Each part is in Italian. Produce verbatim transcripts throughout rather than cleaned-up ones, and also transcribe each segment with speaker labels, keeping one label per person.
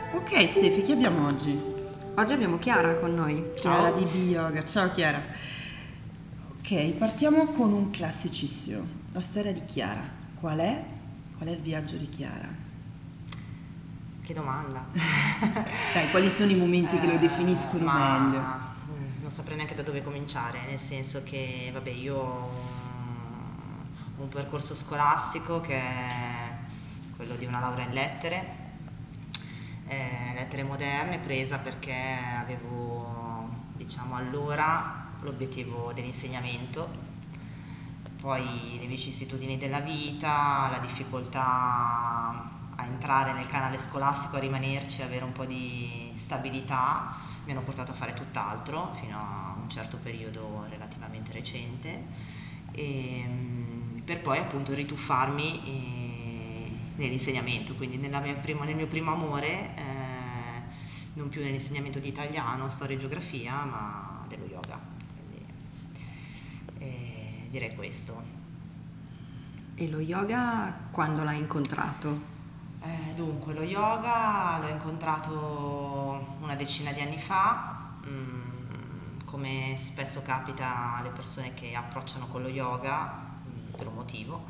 Speaker 1: Ok Stefi, chi abbiamo oggi?
Speaker 2: Oggi abbiamo Chiara con noi.
Speaker 1: Chiara
Speaker 2: Ciao.
Speaker 1: di B-Yoga, ciao Chiara. Ok, partiamo con un classicissimo, la storia di Chiara. Qual è? Qual è il viaggio di Chiara?
Speaker 3: Che domanda.
Speaker 1: Dai, quali sono i momenti che lo
Speaker 3: Eh,
Speaker 1: definiscono meglio?
Speaker 3: ma mm, non saprei neanche da dove cominciare, nel senso che, vabbè, io ho un, un percorso scolastico che è quello di una laurea in lettere, eh, lettere moderne, presa perché avevo, diciamo, allora l'obiettivo dell'insegnamento, poi le vicissitudini della vita, la difficoltà a entrare nel canale scolastico, a rimanerci, avere un po' di stabilità, mi hanno portato a fare tutt'altro fino a un certo periodo relativamente recente, e, mm, per poi appunto rituffarmi eh, nell'insegnamento, quindi nella mia prima- nel mio primo amore, eh, non più nell'insegnamento di italiano, storia e geografia, ma dello yoga. Quindi, eh, direi questo.
Speaker 2: E lo yoga quando l'hai incontrato?
Speaker 3: Eh, dunque, lo yoga l'ho incontrato una decina di anni fa, mm, come spesso capita alle persone che approcciano con lo yoga, mm, per un motivo.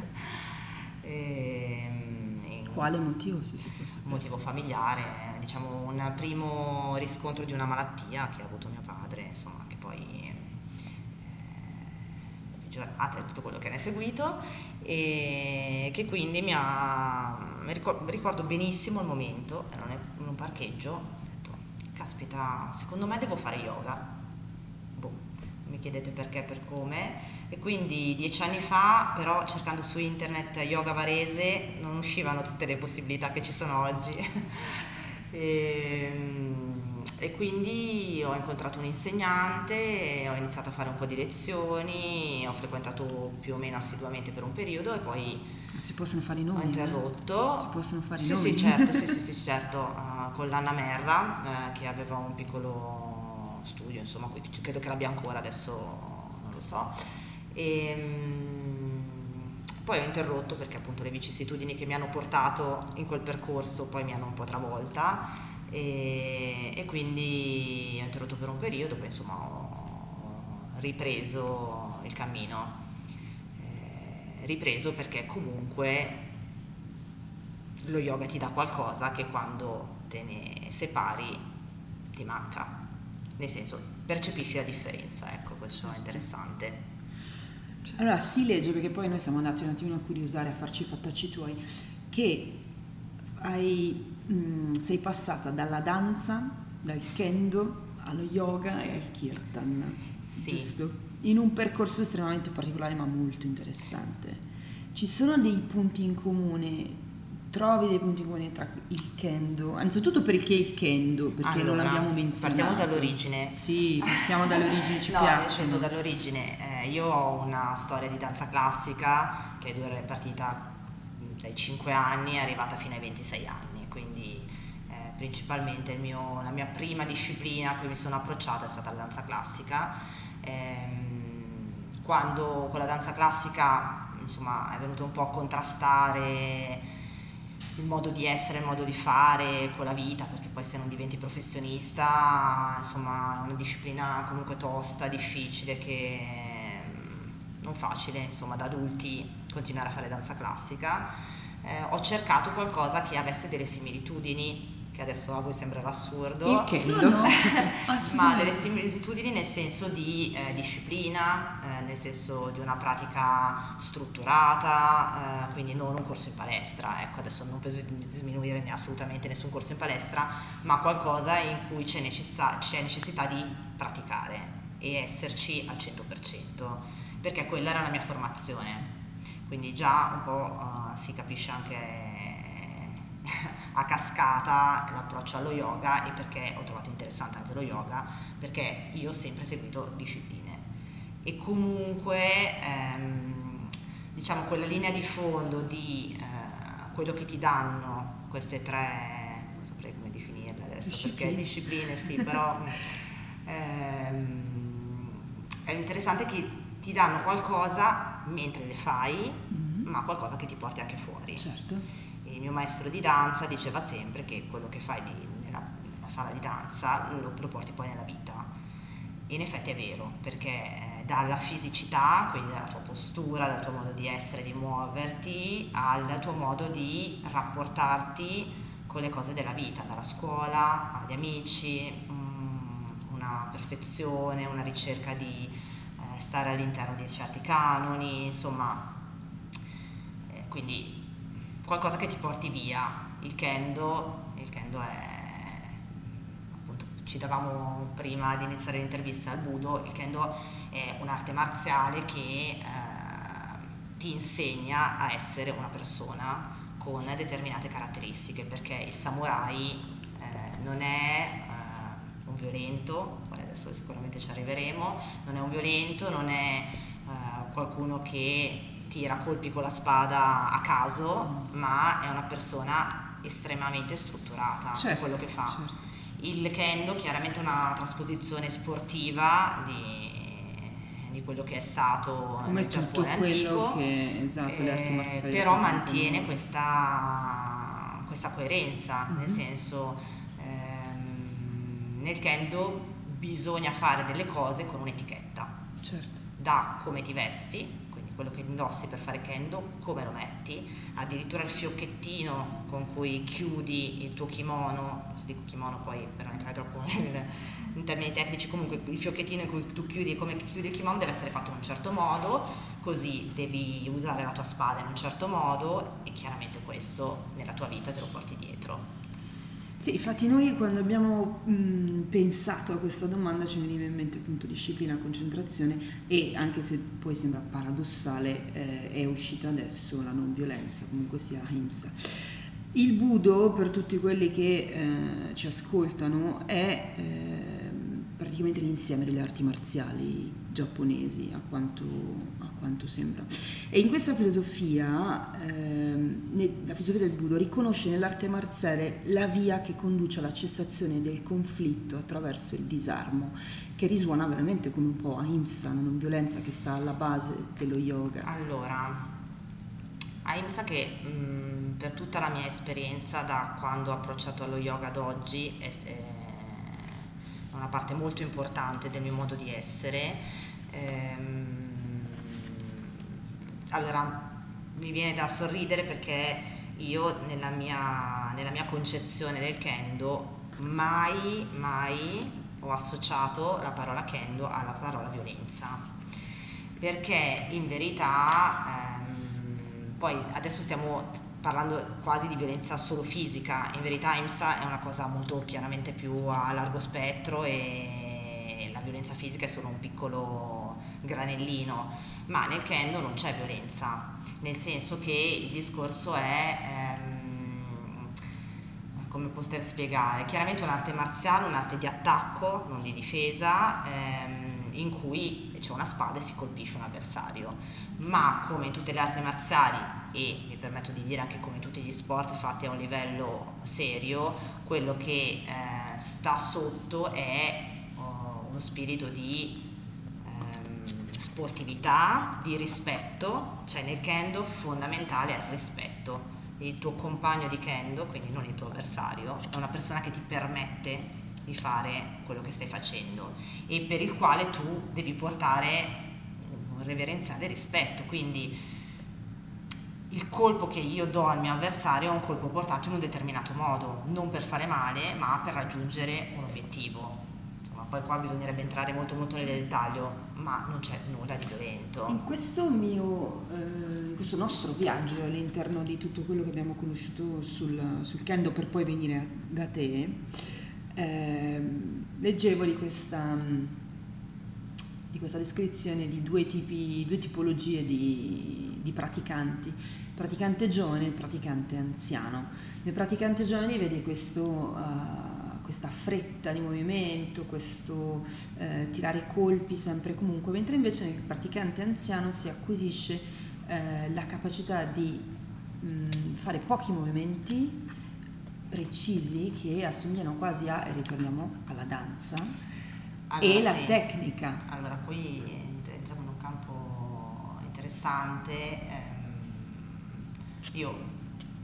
Speaker 3: Ehm, e-
Speaker 1: Quale motivo, se si può sapere?
Speaker 3: motivo familiare, diciamo un primo riscontro di una malattia che ha avuto mio padre, insomma, che poi eh, peggiorata e tutto quello che ne è seguito, e che quindi mi ha mi ricor- ricordo benissimo il momento, ero nel- in un parcheggio, ho detto caspita, secondo me devo fare yoga. Boh, non mi chiedete perché, per come. E quindi dieci anni fa, però, cercando su internet yoga varese, non uscivano tutte le possibilità che ci sono oggi. e, e quindi ho incontrato un insegnante, ho iniziato a fare un po' di lezioni, ho frequentato più o meno assiduamente per un periodo e poi
Speaker 1: Si possono fare i
Speaker 3: ho
Speaker 1: nomi?
Speaker 3: interrotto.
Speaker 1: Si possono fare i
Speaker 3: Sì,
Speaker 1: nomi?
Speaker 3: sì, certo, sì, sì, sì, certo, eh, con l'Anna Merra, eh, che aveva un piccolo studio, insomma, qui- credo che l'abbia ancora, adesso non lo so. E, mm, poi ho interrotto perché appunto le vicissitudini che mi hanno portato in quel percorso poi mi hanno un po' travolta, e, e quindi ho interrotto per un periodo, poi insomma ho ripreso il cammino. Eh, ripreso perché comunque lo yoga ti dà qualcosa che quando te ne separi ti manca, nel senso percepisci la differenza, ecco, questo è interessante.
Speaker 1: Allora, si legge, perché poi noi siamo andati un attimino a curiosare, a farci i fattacci tuoi, che hai, mh, sei passata dalla danza, dal kendo, allo yoga e al kirtan,
Speaker 3: Sì.
Speaker 1: giusto? In un percorso estremamente particolare ma molto interessante. Ci sono dei punti in comune, trovi dei punti in comune tra il kendo, anzitutto perché il kendo, perché non
Speaker 3: Allora,
Speaker 1: l'abbiamo menzionato.
Speaker 3: partiamo dall'origine.
Speaker 1: Sì, partiamo dall'origine, ci
Speaker 3: no,
Speaker 1: piace.
Speaker 3: nel senso dall'origine, eh, io ho una storia di danza classica che è partita dai cinque anni e è arrivata fino ai ventisei anni, quindi eh, principalmente il mio, la mia prima disciplina a cui mi sono approcciata è stata la danza classica. Ehm, quando con la danza classica, insomma, è venuto un po' a contrastare il modo di essere, il modo di fare con la vita, perché poi se non diventi professionista, insomma, è una disciplina comunque tosta, difficile, che mm, non facile, insomma, da adulti continuare a fare danza classica. Eh, ho cercato qualcosa che avesse delle similitudini, che adesso a voi sembrerà assurdo,
Speaker 1: Il kendo? No, no,
Speaker 3: ma delle similitudini nel senso di eh, disciplina, eh, nel senso di una pratica strutturata, eh, quindi non un corso in palestra, ecco, adesso non penso di sminuire assolutamente nessun corso in palestra, ma qualcosa in cui c'è, necessa- c'è necessità di praticare e esserci al cento per cento, perché quella era la mia formazione, quindi già un po' uh, si capisce anche a cascata l'approccio allo yoga, e perché ho trovato interessante anche lo yoga, perché io ho sempre seguito discipline e comunque ehm, diciamo quella linea di fondo di eh, quello che ti danno queste tre, non saprei come definirle adesso,
Speaker 1: Discipline.
Speaker 3: perché discipline sì, però ehm, è interessante che ti danno qualcosa mentre le fai,
Speaker 1: Mhm.
Speaker 3: ma qualcosa che ti porti anche fuori.
Speaker 1: Certo.
Speaker 3: E il mio maestro di danza diceva sempre che quello che fai lì nella, nella sala di danza lo, lo porti poi nella vita. In effetti è vero, perché dalla fisicità, quindi dalla tua postura, dal tuo modo di essere, di muoverti, al tuo modo di rapportarti con le cose della vita, dalla scuola agli amici, una perfezione, una ricerca di eh, stare all'interno di certi canoni, insomma, eh, quindi qualcosa che ti porti via. Il kendo, il kendo è, appunto, citavamo prima di iniziare l'intervista al budo, il kendo è un'arte marziale che eh, ti insegna a essere una persona con determinate caratteristiche, perché il samurai eh, non è eh, un violento, adesso sicuramente ci arriveremo, non è un violento, non è eh, qualcuno che tira colpi con la spada a caso, ma è una persona estremamente strutturata,
Speaker 1: certo,
Speaker 3: quello che fa.
Speaker 1: Certo.
Speaker 3: Il kendo chiaramente è una trasposizione sportiva di, di quello che è stato
Speaker 1: come
Speaker 3: nel
Speaker 1: tutto
Speaker 3: Giappone
Speaker 1: quello
Speaker 3: antico,
Speaker 1: che, esatto,
Speaker 3: eh,
Speaker 1: le arti marziali
Speaker 3: però
Speaker 1: rappresentano.
Speaker 3: mantiene questa, questa coerenza,
Speaker 1: Mm-hmm.
Speaker 3: nel senso ehm, nel kendo bisogna fare delle cose con un'etichetta,
Speaker 1: Certo.
Speaker 3: da come ti vesti, quello che indossi per fare kendo, come lo metti, addirittura il fiocchettino con cui chiudi il tuo kimono, adesso dico kimono poi per non entrare troppo nel, in termini tecnici, comunque il fiocchettino in cui tu chiudi e come chiudi il kimono deve essere fatto in un certo modo, così devi usare la tua spada in un certo modo e chiaramente questo nella tua vita te lo porti dietro.
Speaker 1: Sì, infatti noi quando abbiamo mh, pensato a questa domanda ci veniva in mente appunto disciplina, concentrazione e anche se poi sembra paradossale eh, è uscita adesso la non violenza, comunque sia ahimsa. Il budo, per tutti quelli che eh, ci ascoltano, è eh, praticamente l'insieme delle arti marziali giapponesi, a quanto, a quanto sembra. E in questa filosofia, ehm, la filosofia del budo riconosce nell'arte marziale la via che conduce alla cessazione del conflitto attraverso il disarmo, che risuona veramente come un po' ahimsa, la non violenza che sta alla base dello yoga.
Speaker 3: Allora, ahimsa che mh, per tutta la mia esperienza da quando ho approcciato allo yoga ad oggi è, è una parte molto importante del mio modo di essere. Ehm, allora mi viene da sorridere perché io nella mia, nella mia concezione del kendo mai mai ho associato la parola kendo alla parola violenza, perché in verità ehm, poi adesso stiamo parlando quasi di violenza solo fisica, in verità ahimsa è una cosa molto chiaramente più a largo spettro e la violenza fisica è solo un piccolo granellino, ma nel kendo non c'è violenza, nel senso che il discorso è ehm, come poter spiegare, chiaramente un'arte marziale, un'arte di attacco, non di difesa, ehm, in cui c'è una spada e si colpisce un avversario, ma come in tutte le arti marziali e mi permetto di dire anche come tutti gli sport fatti a un livello serio, quello che eh, sta sotto è oh, uno spirito di ehm, sportività, di rispetto, cioè nel kendo fondamentale è il rispetto. Il tuo compagno di kendo, quindi non il tuo avversario, è una persona che ti permette di fare quello che stai facendo e per il quale tu devi portare un reverenziale rispetto, quindi il colpo che io do al mio avversario è un colpo portato in un determinato modo, non per fare male, ma per raggiungere un obiettivo. Insomma, poi qua bisognerebbe entrare molto molto nel dettaglio, ma non c'è nulla di violento.
Speaker 1: In questo mio, eh, in questo nostro viaggio all'interno di tutto quello che abbiamo conosciuto sul, sul kendo per poi venire da te, eh, leggevo di questa, di questa descrizione di due tipi, due tipologie di, di praticanti. Praticante giovane e praticante anziano. Nel praticante giovane vedi questo, uh, questa fretta di movimento, questo uh, tirare colpi sempre e comunque, mentre invece nel praticante anziano si acquisisce uh, la capacità di mh, fare pochi movimenti precisi che assomigliano quasi a, e ritorniamo alla danza,
Speaker 3: allora,
Speaker 1: e la
Speaker 3: sì.
Speaker 1: tecnica.
Speaker 3: Allora qui entriamo in un campo interessante. Eh, Io,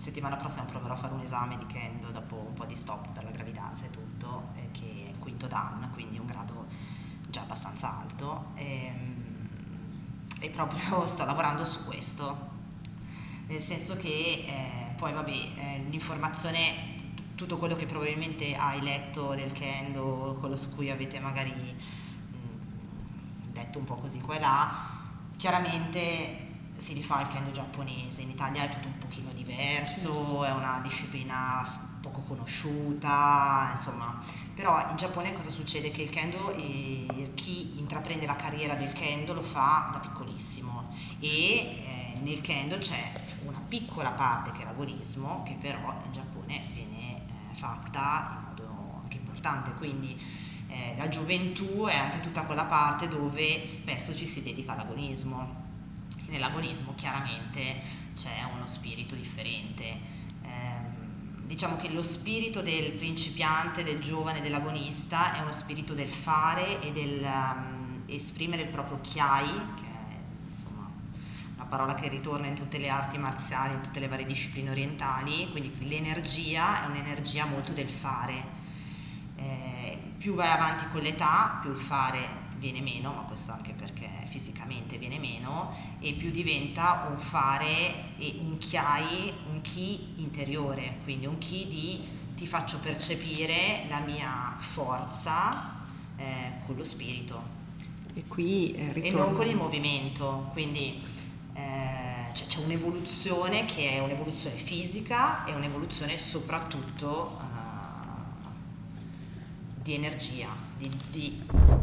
Speaker 3: settimana prossima proverò a fare un esame di Kendo dopo un po' di stop per la gravidanza e tutto, eh, che è il quinto Dan, quindi un grado già abbastanza alto, e, e proprio sto lavorando su questo, nel senso che eh, poi vabbè, eh, l'informazione, tutto quello che probabilmente hai letto del Kendo, quello su cui avete magari mh, letto un po' così qua e là, chiaramente si rifà al Kendo giapponese. In Italia è tutto un pochino diverso, certo. È una disciplina poco conosciuta, insomma, però in Giappone cosa succede? Che il Kendo, eh, chi intraprende la carriera del Kendo lo fa da piccolissimo, e eh, nel Kendo c'è una piccola parte che è l'agonismo, che però in Giappone viene eh, fatta in modo anche importante, quindi eh, la gioventù è anche tutta quella parte dove spesso ci si dedica all'agonismo. Nell'agonismo chiaramente c'è uno spirito differente, ehm, diciamo che lo spirito del principiante, del giovane, dell'agonista è uno spirito del fare e del um, esprimere il proprio kiai, che è insomma una parola che ritorna in tutte le arti marziali, in tutte le varie discipline orientali, quindi l'energia è un'energia molto del fare. Eh, più vai avanti con l'età, più il fare viene meno, ma questo anche perché fisicamente viene meno, e più diventa un fare e un chiai, un ki interiore, quindi un ki di ti faccio percepire la mia forza eh, con lo spirito.
Speaker 2: E qui eh,
Speaker 3: e non con il movimento, quindi eh, c'è, c'è un'evoluzione che è un'evoluzione fisica e un'evoluzione soprattutto eh, di energia, di, di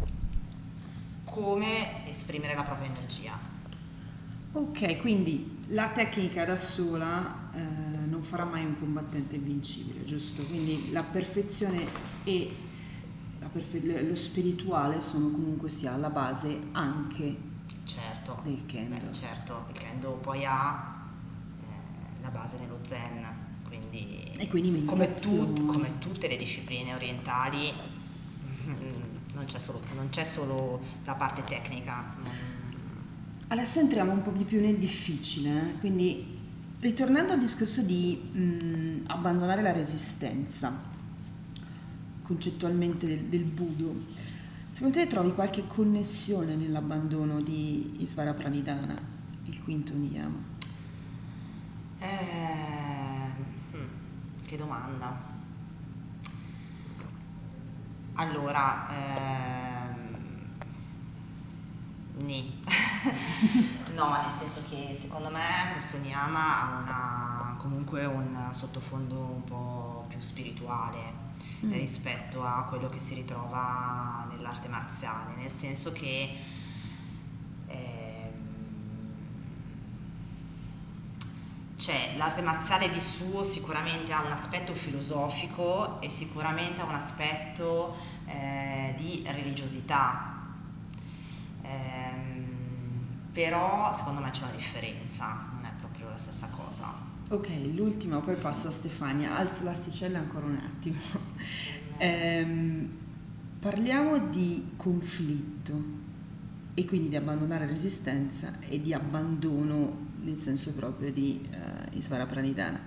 Speaker 3: come esprimere la propria energia.
Speaker 1: Ok, quindi la tecnica da sola eh, non farà mai un combattente invincibile, giusto? Quindi la perfezione e la perfe- lo spirituale sono comunque sia alla base anche
Speaker 3: certo,
Speaker 1: del Kendo.
Speaker 3: Beh, certo, il Kendo poi ha eh, la base nello Zen, quindi,
Speaker 1: e quindi
Speaker 3: come, tu, come tutte le discipline orientali non c'è solo, non c'è solo la parte tecnica.
Speaker 1: Adesso entriamo un po' di più nel difficile, eh? Quindi ritornando al discorso di mh, abbandonare la resistenza concettualmente del, del Budo, secondo te trovi qualche connessione nell'abbandono di Isvara Pranidhana, il quinto niyama?
Speaker 3: Eh, che domanda. Allora, ehm, ni. No, nel senso che secondo me questo niyama ha una, comunque un sottofondo un po' più spirituale mm. rispetto a quello che si ritrova nell'arte marziale, nel senso che ehm, cioè, l'arte marziale di suo sicuramente ha un aspetto filosofico e sicuramente ha un aspetto eh, di religiosità, ehm, però secondo me c'è una differenza, non è proprio la stessa cosa.
Speaker 1: Ok, l'ultima, poi passo a Stefania, alzo l'asticella ancora un attimo. ehm, parliamo di conflitto e quindi di abbandonare resistenza e di abbandono nel senso proprio di uh, Isvara Pranidhana.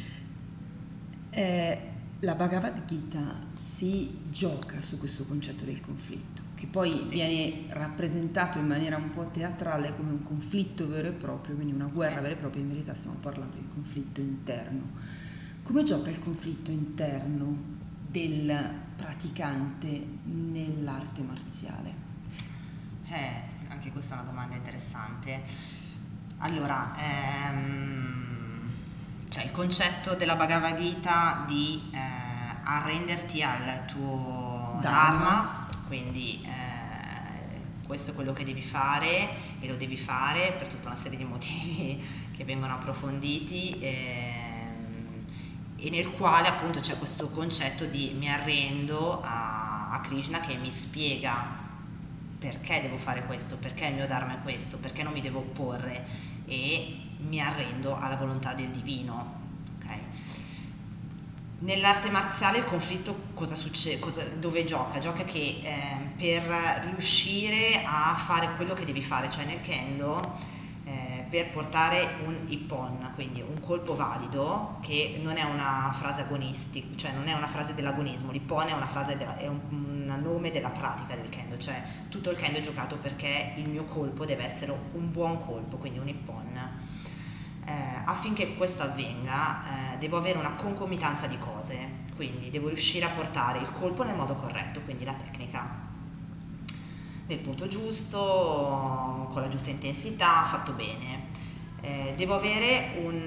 Speaker 1: Eh, la Bhagavad Gita si gioca su questo concetto del conflitto, che poi sì. viene rappresentato in maniera un po' teatrale come un conflitto vero e proprio, quindi una guerra sì. vera e propria. In verità stiamo parlando del conflitto interno. Come gioca il conflitto interno del praticante nell'arte marziale?
Speaker 3: Eh, anche questa è una domanda interessante. Allora, ehm, cioè il concetto della Bhagavad Gita di eh, arrenderti al tuo Dharma, Dharma quindi eh, questo è quello che devi fare e lo devi fare per tutta una serie di motivi che vengono approfonditi ehm, e nel quale appunto c'è questo concetto di mi arrendo a, a Krishna che mi spiega perché devo fare questo, perché il mio Dharma è questo, perché non mi devo opporre e mi arrendo alla volontà del divino. Okay? Nell'arte marziale il conflitto cosa succede? Cosa, dove gioca? Gioca che eh, per riuscire a fare quello che devi fare, cioè nel Kendo, eh, per portare un ippon, quindi un colpo valido, che non è una frase agonistica, cioè non è una frase dell'agonismo, l'ippon è una frase della, è un, un nome della pratica del kendo, cioè tutto il kendo è giocato perché il mio colpo deve essere un buon colpo, quindi un ippon. Eh, affinché questo avvenga eh, devo avere una concomitanza di cose, quindi devo riuscire a portare il colpo nel modo corretto, quindi la tecnica nel punto giusto, con la giusta intensità, fatto bene. Eh, devo avere un,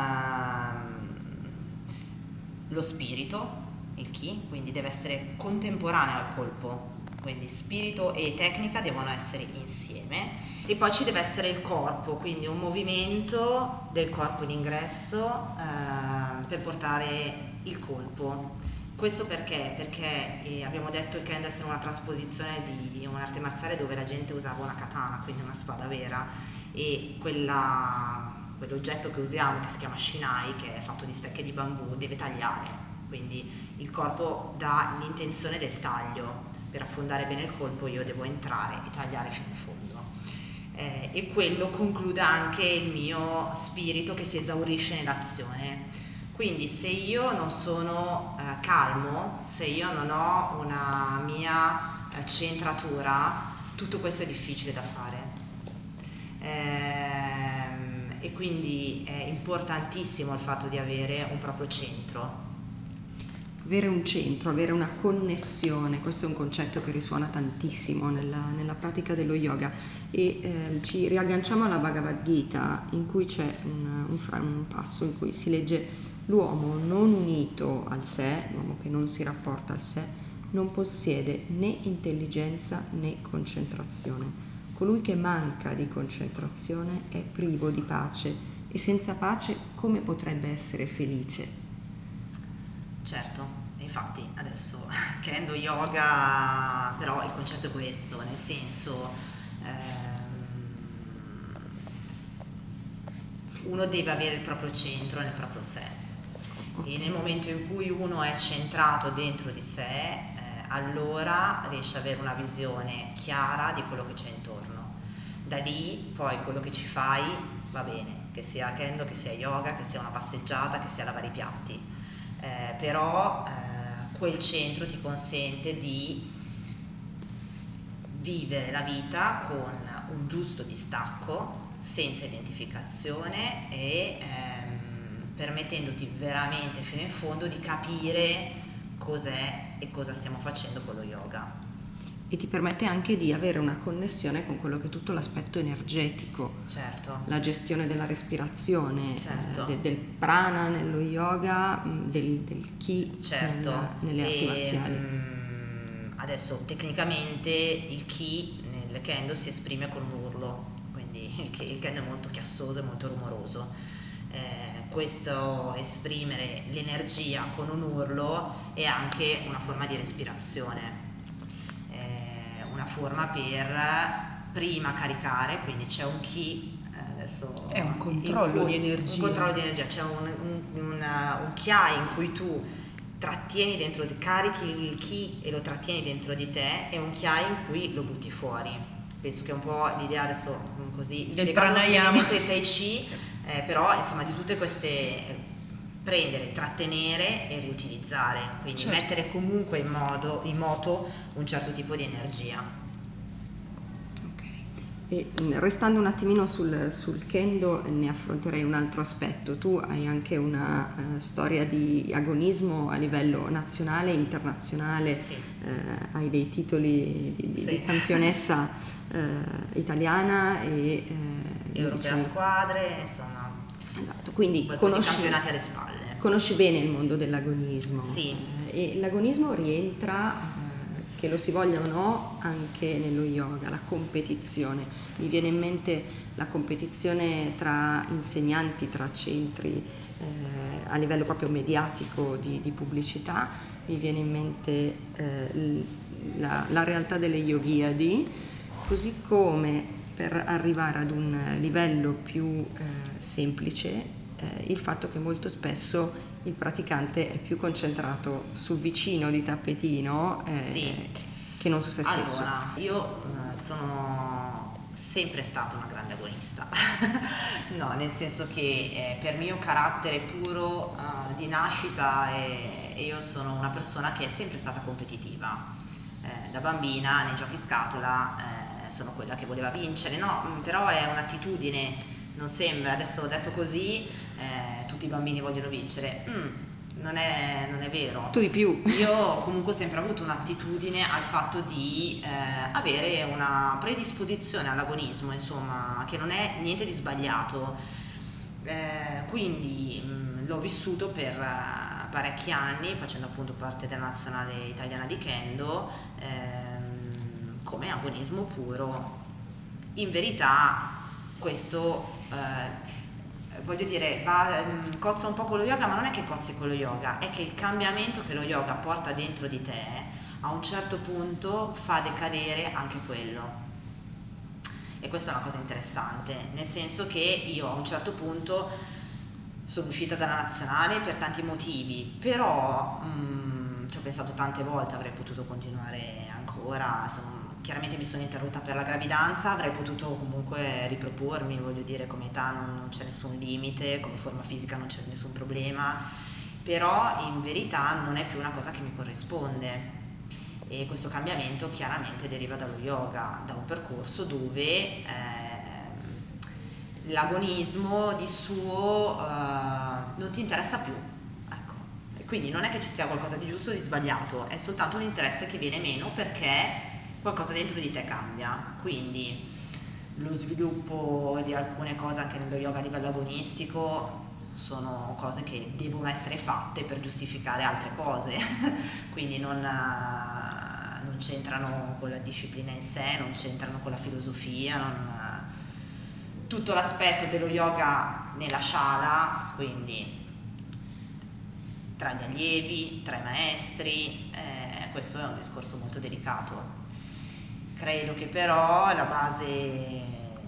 Speaker 3: uh, lo spirito, il ki, quindi deve essere contemporaneo al colpo, quindi spirito e tecnica devono essere insieme, e poi ci deve essere il corpo, quindi un movimento del corpo in ingresso uh, per portare il colpo. Questo perché? Perché eh, abbiamo detto il kendo essere una trasposizione di un'arte marziale dove la gente usava una katana, quindi una spada vera, e quella, quell'oggetto che usiamo, che si chiama shinai, che è fatto di stecche di bambù, deve tagliare, quindi il corpo dà l'intenzione del taglio. Per affondare bene il colpo io devo entrare e tagliare fino in fondo, eh, e quello conclude anche il mio spirito che si esaurisce nell'azione. Quindi se io non sono eh, calmo, se io non ho una mia eh, centratura, tutto questo è difficile da fare. Ehm, e quindi è importantissimo il fatto di avere un proprio centro.
Speaker 2: Avere un centro, avere una connessione, questo è un concetto che risuona tantissimo nella, nella pratica dello yoga, e eh, ci riagganciamo alla Bhagavad Gita, in cui c'è un, un, un passo in cui si legge: l'uomo non unito al sé, l'uomo che non si rapporta al sé, non possiede né intelligenza né concentrazione. Colui che manca di concentrazione è privo di pace, e senza pace come potrebbe essere felice?
Speaker 3: Certo, infatti adesso kendo yoga, però il concetto è questo, nel senso ehm, uno deve avere il proprio centro nel proprio sé. E nel momento in cui uno è centrato dentro di sé, eh, allora riesce ad avere una visione chiara di quello che c'è intorno. Da lì poi quello che ci fai va bene, che sia kendo, che sia yoga, che sia una passeggiata, che sia lavare i piatti, eh, però eh, quel centro ti consente di vivere la vita con un giusto distacco, senza identificazione, e ehm, permettendoti veramente fino in fondo di capire cos'è e cosa stiamo facendo con lo yoga.
Speaker 2: E ti permette anche di avere una connessione con quello che è tutto l'aspetto energetico,
Speaker 3: certo,
Speaker 2: la gestione della respirazione,
Speaker 3: certo.
Speaker 2: eh, de, del prana nello yoga, del, del ki,
Speaker 3: certo.
Speaker 2: nella, nelle arti
Speaker 3: e,
Speaker 2: marziali.
Speaker 3: Mh, adesso tecnicamente il ki nel kendo si esprime con un urlo, quindi il, il kendo è molto chiassoso e molto rumoroso. Eh, questo esprimere l'energia con un urlo è anche una forma di respirazione, eh, una forma per prima caricare, quindi c'è un ki, eh, adesso
Speaker 1: è un controllo
Speaker 3: cui,
Speaker 1: di energia,
Speaker 3: un controllo di energia, c'è un, un, una, un kia in cui tu trattieni dentro, carichi il ki e lo trattieni dentro di te, e un kia in cui lo butti fuori. Penso che è un po' l'idea adesso così spiegato brevemente il Tai Chi, eh, però insomma di tutte queste, prendere, trattenere e riutilizzare, quindi certo. Mettere comunque in, modo, in moto un certo tipo di energia.
Speaker 2: Ok, e restando un attimino sul, sul kendo, ne affronterei un altro aspetto. Tu hai anche una uh, storia di agonismo a livello nazionale e internazionale,
Speaker 3: sì.
Speaker 2: uh, hai dei titoli di, di, sì. di campionessa Uh, italiana e uh,
Speaker 3: europea a squadre, insomma.
Speaker 2: Esatto, quindi conosci,
Speaker 3: campionati alle spalle.
Speaker 2: Conosci bene il mondo dell'agonismo.
Speaker 3: Sì.
Speaker 2: Uh, e l'agonismo rientra, uh, che lo si voglia o no, anche nello yoga, la competizione. Mi viene in mente la competizione tra insegnanti, tra centri, uh, a livello proprio mediatico di, di pubblicità. Mi viene in mente uh, la, la realtà delle yoghiadi, così come, per arrivare ad un livello più eh, semplice, eh, il fatto che molto spesso il praticante è più concentrato sul vicino di tappetino eh,
Speaker 3: sì.
Speaker 2: che non su se stesso.
Speaker 3: Allora, io eh, sono sempre stata una grande agonista. No, nel senso che eh, per mio carattere puro uh, di nascita eh, io sono una persona che è sempre stata competitiva. Eh, da bambina nei giochi scatola eh, sono quella che voleva vincere, no, però è un'attitudine, non sembra, adesso ho detto così, eh, tutti i bambini vogliono vincere. Mm. Non è, non è vero.
Speaker 2: Tu di più.
Speaker 3: Io ho comunque sempre avuto un'attitudine al fatto di eh, avere una predisposizione all'agonismo, insomma, che non è niente di sbagliato. Eh, quindi mh, l'ho vissuto per uh, parecchi anni, facendo appunto parte della nazionale italiana di Kendo, ehm, come agonismo puro. In verità questo... Eh, voglio dire, va, cozza un po' con lo yoga, ma non è che cozzi con lo yoga, è che il cambiamento che lo yoga porta dentro di te a un certo punto fa decadere anche quello. E questa è una cosa interessante, nel senso che io a un certo punto sono uscita dalla nazionale per tanti motivi, però mh, ci ho pensato tante volte, avrei potuto continuare ancora, sono chiaramente mi sono interrotta per la gravidanza, avrei potuto comunque ripropormi, voglio dire, come età non, non c'è nessun limite, come forma fisica non c'è nessun problema, però in verità non è più una cosa che mi corrisponde. E questo cambiamento chiaramente deriva dallo yoga, da un percorso dove eh, l'agonismo di suo eh, non ti interessa più. Ecco. E quindi non è che ci sia qualcosa di giusto o di sbagliato, è soltanto un interesse che viene meno perché qualcosa dentro di te cambia, quindi lo sviluppo di alcune cose anche nello yoga a livello agonistico sono cose che devono essere fatte per giustificare altre cose, quindi non, non c'entrano con la disciplina in sé, non c'entrano con la filosofia, non, tutto l'aspetto dello yoga nella shala, quindi tra gli allievi, tra i maestri, eh, questo è un discorso molto delicato. Credo che però la base,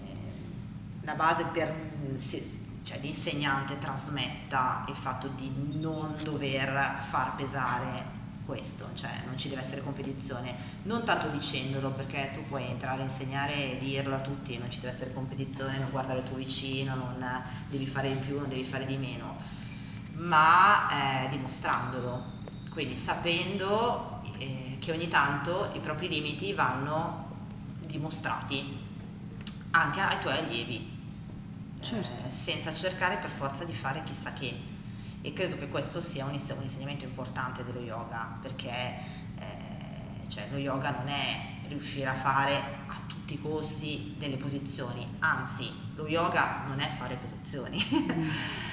Speaker 3: la base per cioè, l'insegnante trasmetta il fatto di non dover far pesare questo, cioè non ci deve essere competizione, non tanto dicendolo, perché tu puoi entrare a insegnare e dirlo a tutti, non ci deve essere competizione, non guardare il tuo vicino, non devi fare di più, non devi fare di meno, ma eh, dimostrandolo, quindi sapendo eh, che ogni tanto i propri limiti vanno dimostrati anche ai tuoi allievi, certo. eh, senza cercare per forza di fare chissà che, e credo che questo sia un, un insegnamento importante dello yoga, perché eh, cioè, lo yoga non è riuscire a fare a tutti i costi delle posizioni, anzi lo yoga non è fare posizioni. mm.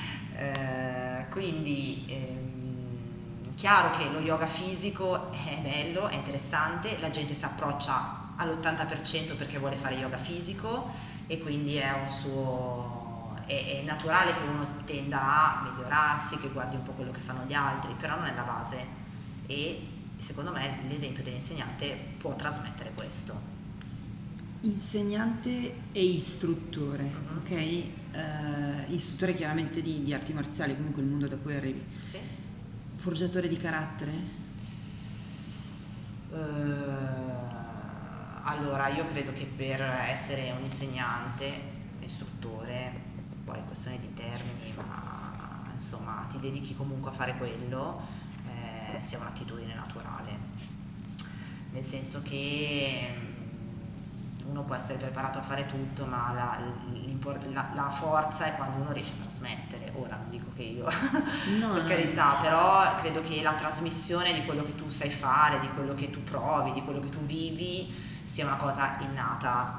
Speaker 3: eh, quindi ehm, chiaro che lo yoga fisico è bello, è interessante, la gente si approccia all'ottanta per cento perché vuole fare yoga fisico e quindi è un suo è, è naturale che uno tenda a migliorarsi, che guardi un po' quello che fanno gli altri, però non è la base, e secondo me l'esempio dell'insegnante può trasmettere questo.
Speaker 1: Insegnante e istruttore, uh-huh. ok? Uh, istruttore chiaramente di, di arti marziali, comunque il mondo da cui arrivi.
Speaker 3: Sì.
Speaker 1: Forgiatore di carattere?
Speaker 3: Uh, allora, io credo che per essere un insegnante, un istruttore, poi è questione di termini, ma insomma ti dedichi comunque a fare quello, eh, sia un'attitudine naturale, nel senso che uno può essere preparato a fare tutto, ma la, la, la forza è quando uno riesce a trasmettere. Ora non dico che io no, per carità, però credo che la trasmissione di quello che tu sai fare, di quello che tu provi, di quello che tu vivi sia una cosa innata.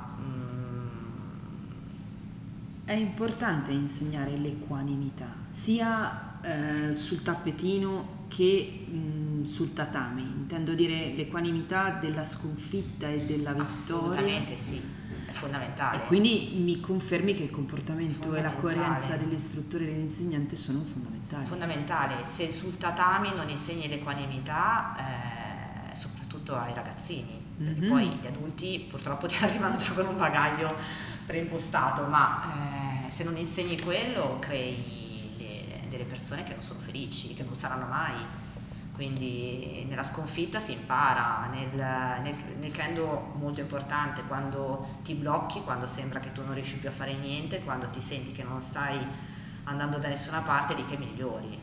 Speaker 1: È importante insegnare l'equanimità, sia eh, sul tappetino che mh, sul tatami. Intendo dire l'equanimità della sconfitta e della vittoria.
Speaker 3: Assolutamente sì, è fondamentale.
Speaker 1: E quindi mi confermi che il comportamento e la coerenza dell'istruttore e dell'insegnante sono fondamentali.
Speaker 3: Fondamentale. Se sul tatami non insegni l'equanimità, eh, soprattutto ai ragazzini, perché mm-hmm. poi gli adulti purtroppo ti arrivano già con un bagaglio preimpostato, ma eh, se non insegni quello crei le, delle persone che non sono felici, che non saranno mai. quindi nella sconfitta si impara, nel, nel, nel kendo molto importante, quando ti blocchi, quando sembra che tu non riesci più a fare niente, quando ti senti che non stai andando da nessuna parte, lì che migliori.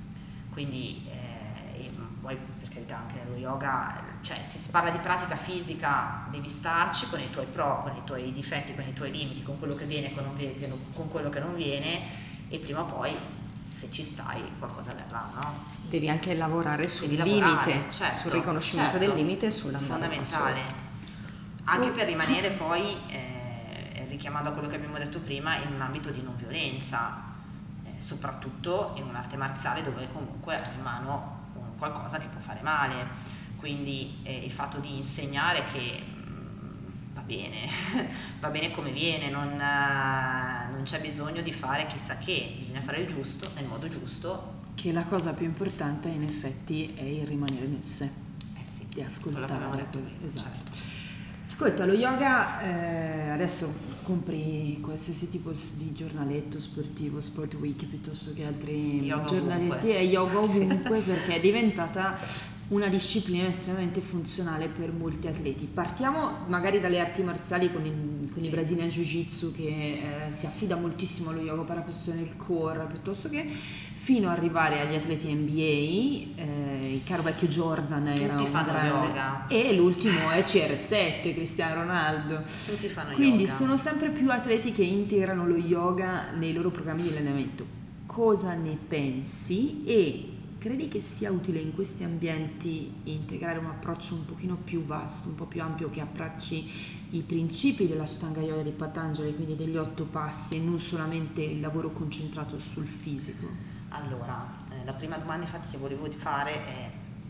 Speaker 3: Quindi eh, e poi per carità anche nello yoga, cioè se si parla di pratica fisica devi starci con i tuoi pro, con i tuoi difetti, con i tuoi limiti, con quello che viene, con, non viene, con quello che non viene, e prima o poi se ci stai qualcosa verrà, no?
Speaker 2: Devi anche lavorare sul
Speaker 3: Devi
Speaker 2: limite,
Speaker 3: lavorare, certo,
Speaker 2: sul riconoscimento
Speaker 3: certo,
Speaker 2: del limite e sulla
Speaker 3: fondamentale, anche per rimanere poi eh, richiamando a quello che abbiamo detto prima, in un ambito di non violenza, eh, soprattutto in un'arte marziale dove comunque hai in mano un qualcosa che può fare male, quindi eh, il fatto di insegnare che mh, va bene va bene come viene, non, eh, non c'è bisogno di fare chissà che, bisogna fare il giusto nel modo giusto.
Speaker 1: Che la cosa più importante in effetti è il rimanere nel sé,
Speaker 3: Eh sì,
Speaker 1: di ascoltare.
Speaker 3: quello che abbiamo detto prima,
Speaker 1: Esatto.
Speaker 3: certo.
Speaker 1: Ascolta, lo yoga, eh, adesso compri qualsiasi tipo di giornaletto sportivo, Sport Week piuttosto che altri
Speaker 3: Yoga
Speaker 1: giornaletti,
Speaker 3: ovunque.
Speaker 1: è yoga
Speaker 3: Sì.
Speaker 1: ovunque perché è diventata una disciplina estremamente funzionale per molti atleti. Partiamo magari dalle arti marziali con il, con
Speaker 3: Sì.
Speaker 1: il Brazilian Jiu-Jitsu che eh, si affida moltissimo allo yoga per la questione del core, piuttosto che fino ad arrivare agli atleti N B A, eh, il caro vecchio Jordan era
Speaker 3: Tutti
Speaker 1: un
Speaker 3: fanno
Speaker 1: grande,
Speaker 3: yoga.
Speaker 1: e l'ultimo è C R sette, Cristiano Ronaldo.
Speaker 3: Tutti fanno
Speaker 1: Quindi
Speaker 3: yoga.
Speaker 1: sono sempre più atleti che integrano lo yoga nei loro programmi di allenamento. Cosa ne pensi e credi che sia utile in questi ambienti integrare un approccio un pochino più vasto, un po' più ampio, che abbracci i principi della Ashtanga Yoga di Patanjali, quindi degli otto passi, e non solamente il lavoro concentrato sul fisico?
Speaker 3: Allora, eh, la prima domanda infatti che volevo fare è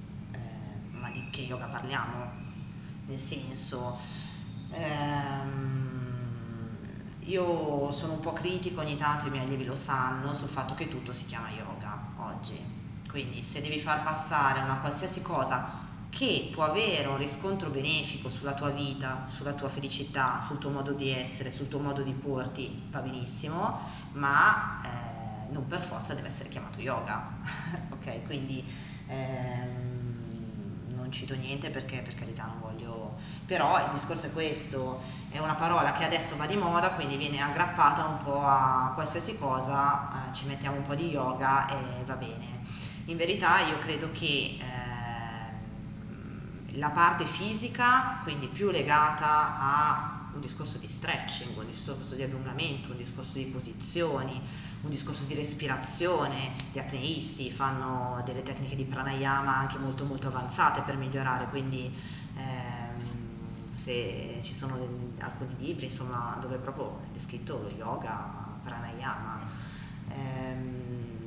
Speaker 3: eh, ma di che yoga parliamo? Nel senso, ehm, io sono un po' critico ogni tanto, i miei allievi lo sanno, sul fatto che tutto si chiama yoga oggi. Quindi se devi far passare una qualsiasi cosa che può avere un riscontro benefico sulla tua vita, sulla tua felicità, sul tuo modo di essere, sul tuo modo di porti, va benissimo, ma eh, non per forza deve essere chiamato yoga. Ok, quindi ehm, non cito niente perché per carità non voglio, però il discorso è questo, è una parola che adesso va di moda, quindi viene aggrappata un po' a qualsiasi cosa, eh, ci mettiamo un po' di yoga e va bene. In verità io credo che eh, la parte fisica, quindi più legata a un discorso di stretching, un discorso di allungamento, un discorso di posizioni, un discorso di respirazione. Gli apneisti fanno delle tecniche di pranayama anche molto molto avanzate per migliorare, quindi ehm, se ci sono dei, alcuni libri insomma dove proprio è descritto lo yoga, pranayama, ehm,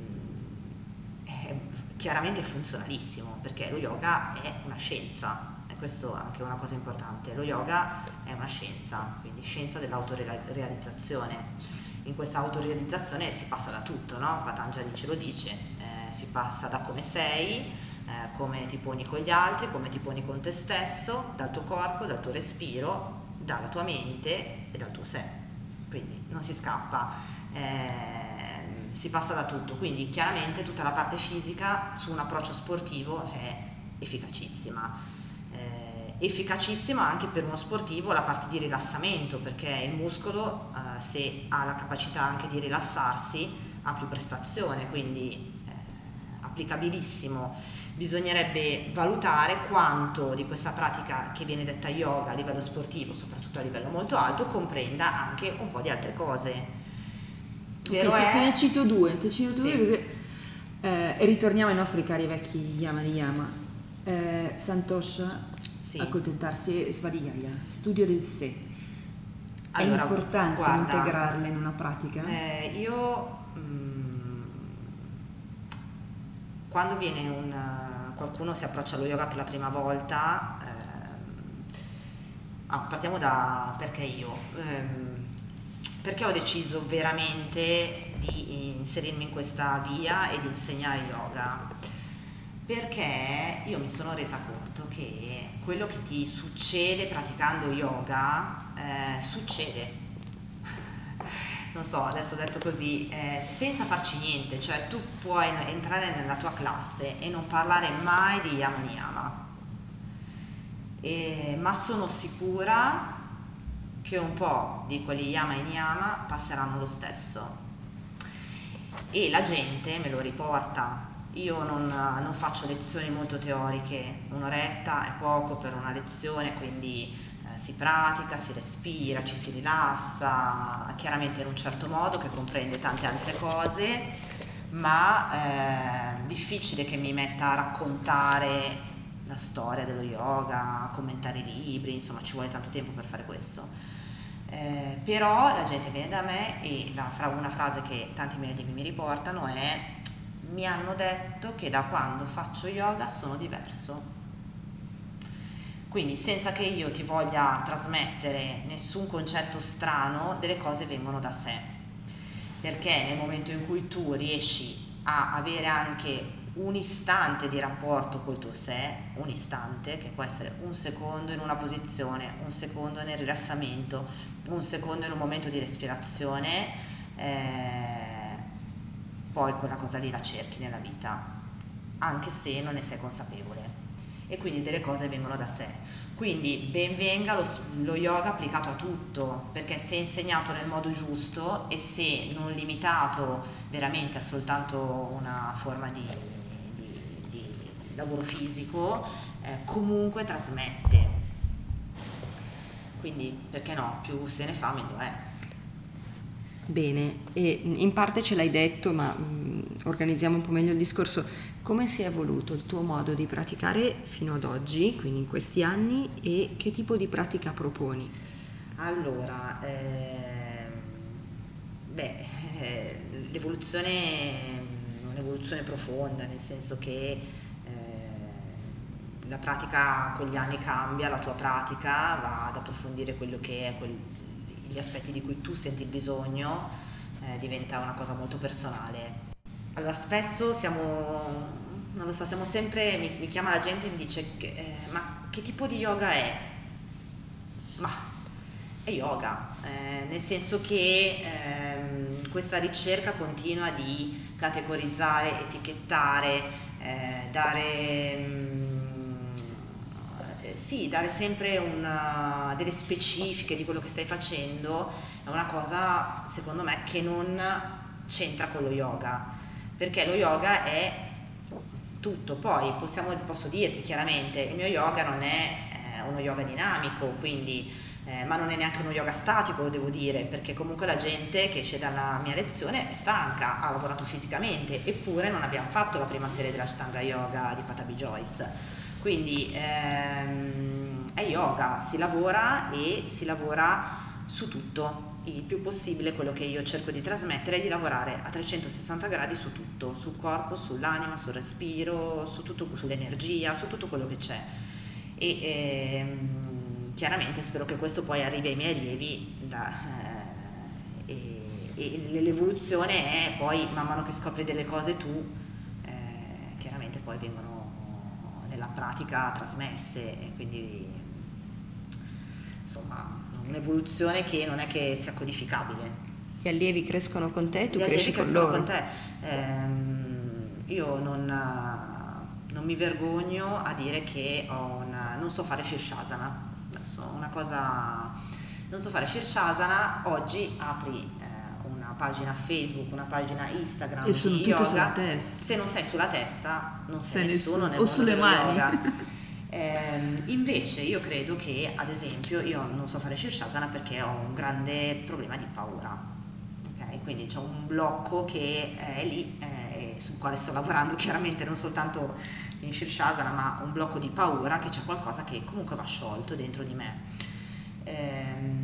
Speaker 3: è chiaramente funzionalissimo perché lo yoga è una scienza. Questo è anche una cosa importante, lo yoga è una scienza, quindi scienza dell'autorealizzazione. In questa autorealizzazione si passa da tutto, no? Patanjali ce lo dice, eh, si passa da come sei, eh, come ti poni con gli altri, come ti poni con te stesso, dal tuo corpo, dal tuo respiro, dalla tua mente e dal tuo sé, quindi non si scappa, eh, si passa da tutto, quindi chiaramente tutta la parte fisica su un approccio sportivo è efficacissima. Efficacissima anche per uno sportivo la parte di rilassamento, perché il muscolo eh, se ha la capacità anche di rilassarsi ha più prestazione, quindi eh, applicabilissimo. Bisognerebbe valutare quanto di questa pratica che viene detta yoga a livello sportivo, soprattutto a livello molto alto, comprenda anche un po' di altre cose. Vero
Speaker 1: Okay,
Speaker 3: è?
Speaker 1: te ne cito due, te ne cito
Speaker 3: Sì.
Speaker 1: due così, eh, e ritorniamo ai nostri cari vecchi Yama Niyama. Eh, Santosha,
Speaker 3: Sì.
Speaker 1: accontentarsi, e Svadhyaya, studio del sé.
Speaker 3: Allora,
Speaker 1: è importante
Speaker 3: guarda,
Speaker 1: integrarle in una pratica?
Speaker 3: Eh, io mh, quando viene un qualcuno si approccia allo yoga per la prima volta, ehm, ah, partiamo da perché io ehm, perché ho deciso veramente di inserirmi in questa via e di insegnare yoga, perché io mi sono resa conto che quello che ti succede praticando yoga eh, succede non so, adesso detto così, eh, senza farci niente, cioè tu puoi entrare nella tua classe e non parlare mai di Yama Niyama, e, ma sono sicura che un po' di quelli Yama e Niyama passeranno lo stesso, e la gente me lo riporta. Io non, non faccio lezioni molto teoriche, un'oretta è poco per una lezione, quindi eh, si pratica, si respira, ci si rilassa, chiaramente in un certo modo che comprende tante altre cose, ma è difficile che mi metta a raccontare la storia dello yoga, a commentare i libri, insomma ci vuole tanto tempo per fare questo. Eh, però la gente viene da me e la, una frase che tanti miei allievi mi riportano è: mi hanno detto che da quando faccio yoga sono diverso. Quindi senza che io ti voglia trasmettere nessun concetto strano, delle cose vengono da sé, perché nel momento in cui tu riesci a avere anche un istante di rapporto col tuo sé, un istante che può essere un secondo in una posizione, un secondo nel rilassamento, un secondo in un momento di respirazione, eh, poi quella cosa lì la cerchi nella vita, anche se non ne sei consapevole, e quindi delle cose vengono da sé. Quindi ben venga lo, lo yoga applicato a tutto, perché se insegnato nel modo giusto e se non limitato veramente a soltanto una forma di, di, di lavoro fisico, eh, comunque trasmette. Quindi perché no, più se ne fa meglio è.
Speaker 2: Bene, e in parte ce l'hai detto, ma mh, organizziamo un po' meglio il discorso. Come si è evoluto il tuo modo di praticare fino ad oggi, quindi in questi anni, e che tipo di pratica proponi?
Speaker 3: Allora, ehm, beh, eh, l'evoluzione è un'evoluzione profonda, nel senso che eh, la pratica con gli anni cambia, la tua pratica va ad approfondire quello che è quel, gli aspetti di cui tu senti il bisogno, eh, diventa una cosa molto personale. Allora spesso siamo, non lo so, siamo sempre, mi, mi chiama la gente e mi dice che, eh, ma che tipo di yoga è? Ma è yoga, eh, nel senso che ehm, questa ricerca continua di categorizzare, etichettare, eh, dare... Mm, sì, dare sempre una, delle specifiche di quello che stai facendo è una cosa, secondo me, che non c'entra con lo yoga, perché lo yoga è tutto. Poi possiamo, posso dirti chiaramente, il mio yoga non è eh, uno yoga dinamico, quindi, eh, ma non è neanche uno yoga statico, lo devo dire, perché comunque la gente che esce dalla mia lezione è stanca, ha lavorato fisicamente, eppure non abbiamo fatto la prima serie della Ashtanga Yoga di Pattabhi Jois. Quindi ehm, è yoga, si lavora e si lavora su tutto, il più possibile. Quello che io cerco di trasmettere è di lavorare a trecentosessanta gradi su tutto, sul corpo, sull'anima, sul respiro, su tutto, sull'energia, su tutto quello che c'è. E ehm, chiaramente spero che questo poi arrivi ai miei allievi da, eh, e, e l'evoluzione è poi man mano che scopri delle cose tu, eh, chiaramente poi vengono nella pratica trasmesse, e quindi insomma un'evoluzione che non è che sia codificabile.
Speaker 2: Gli allievi crescono con te, tu
Speaker 3: Gli
Speaker 2: cresci
Speaker 3: allievi
Speaker 2: con
Speaker 3: crescono
Speaker 2: loro.
Speaker 3: con te. Ehm, io non, non mi vergogno a dire che ho una, non so fare Shirshasana. Adesso una cosa, non so fare Shirshasana. Oggi apri pagina Facebook, una pagina Instagram
Speaker 1: e sono
Speaker 3: di
Speaker 1: tutte
Speaker 3: yoga,
Speaker 1: sulla testa.
Speaker 3: Se non sei sulla testa non sei
Speaker 1: sei
Speaker 3: nessuno,
Speaker 1: nessuno
Speaker 3: nel
Speaker 1: o sulle mani.
Speaker 3: Yoga. Eh, invece io credo che, ad esempio, io non so fare Shirshasana perché ho un grande problema di paura, ok? Quindi c'è un blocco che è lì, eh, sul quale sto lavorando chiaramente non soltanto in Shirshasana, ma un blocco di paura, che c'è qualcosa che comunque va sciolto dentro di me. Eh,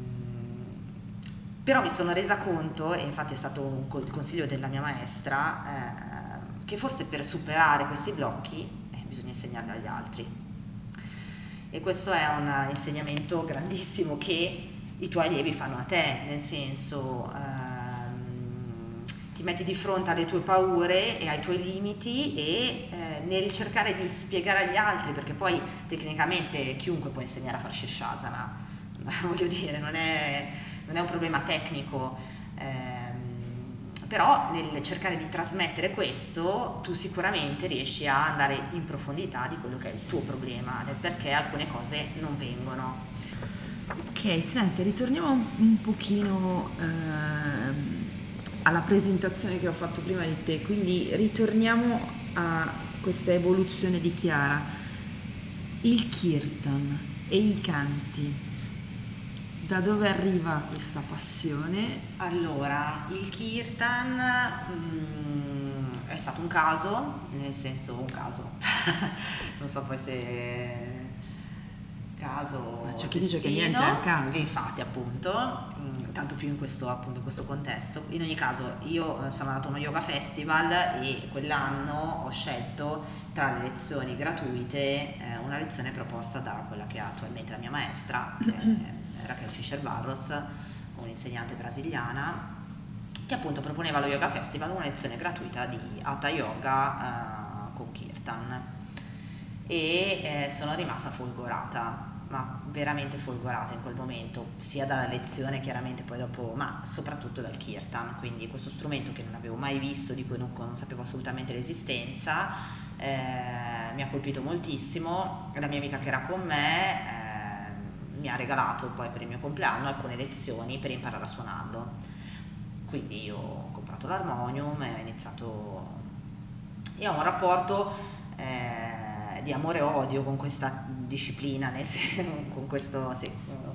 Speaker 3: Però mi sono resa conto, e infatti è stato un, il consiglio della mia maestra, eh, che forse per superare questi blocchi eh, bisogna insegnarli agli altri. E questo è un insegnamento grandissimo che i tuoi allievi fanno a te, nel senso ehm, ti metti di fronte alle tue paure e ai tuoi limiti, e eh, nel cercare di spiegare agli altri, perché poi tecnicamente chiunque può insegnare a fare Shirshasana, voglio dire, non è... non è un problema tecnico, Ehm, però nel cercare di trasmettere questo tu sicuramente riesci a andare in profondità di quello che è il tuo problema, del perché alcune cose non vengono.
Speaker 1: Ok, senti, ritorniamo un, un pochino ehm, alla presentazione che ho fatto prima di te, quindi ritorniamo a questa evoluzione di Chiara. Il kirtan e i canti, da dove arriva questa passione?
Speaker 3: Allora, il kirtan mm, è stato un caso, nel senso un caso, non so poi se caso
Speaker 1: Ma c'è chi
Speaker 3: destino,
Speaker 1: dice che niente è a caso.
Speaker 3: e infatti appunto, mm, tanto più in questo, appunto, in questo contesto. In ogni caso io eh, sono andato a uno yoga festival e quell'anno ho scelto tra le lezioni gratuite eh, una lezione proposta da quella che è attualmente la mia maestra, che è Raquel Fischer Barros, un'insegnante brasiliana, che appunto proponeva allo yoga festival una lezione gratuita di Hatha Yoga eh, con kirtan, e eh, sono rimasta folgorata, ma veramente folgorata in quel momento, sia dalla lezione chiaramente poi dopo, ma soprattutto dal kirtan, quindi questo strumento che non avevo mai visto, di cui non, non sapevo assolutamente l'esistenza, eh, mi ha colpito moltissimo. La mia amica che era con me eh, mi ha regalato poi per il mio compleanno alcune lezioni per imparare a suonarlo, quindi io ho comprato l'armonium e ho iniziato, io ho un rapporto eh, di amore e odio con questa disciplina, nel senso, con questo, sì,